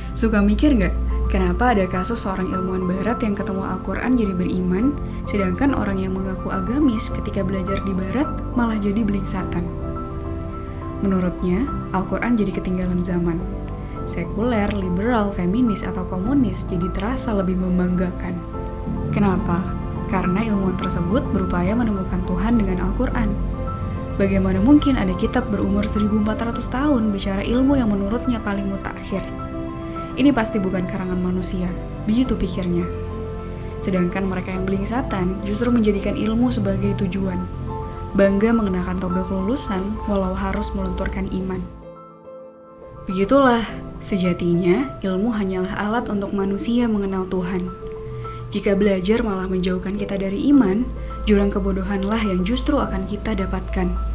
Suka mikir gak? Kenapa ada kasus seorang ilmuwan barat yang ketemu Al-Quran jadi beriman, sedangkan orang yang mengaku agamis ketika belajar di barat malah jadi belingsatan? Menurutnya, Al-Quran jadi ketinggalan zaman. Sekuler, liberal, feminis, atau komunis jadi terasa lebih membanggakan. Kenapa? Karena ilmuwan tersebut berupaya menemukan Tuhan dengan Al-Quran. Bagaimana mungkin ada kitab berumur 1400 tahun bicara ilmu yang menurutnya paling mutakhir? Ini pasti bukan karangan manusia, begitu pikirnya. Sedangkan mereka yang belingsatan justru menjadikan ilmu sebagai tujuan. Bangga mengenakan toga kelulusan walau harus melunturkan iman. Begitulah, sejatinya ilmu hanyalah alat untuk manusia mengenal Tuhan. Jika belajar malah menjauhkan kita dari iman, jurang kebodohanlah yang justru akan kita dapatkan.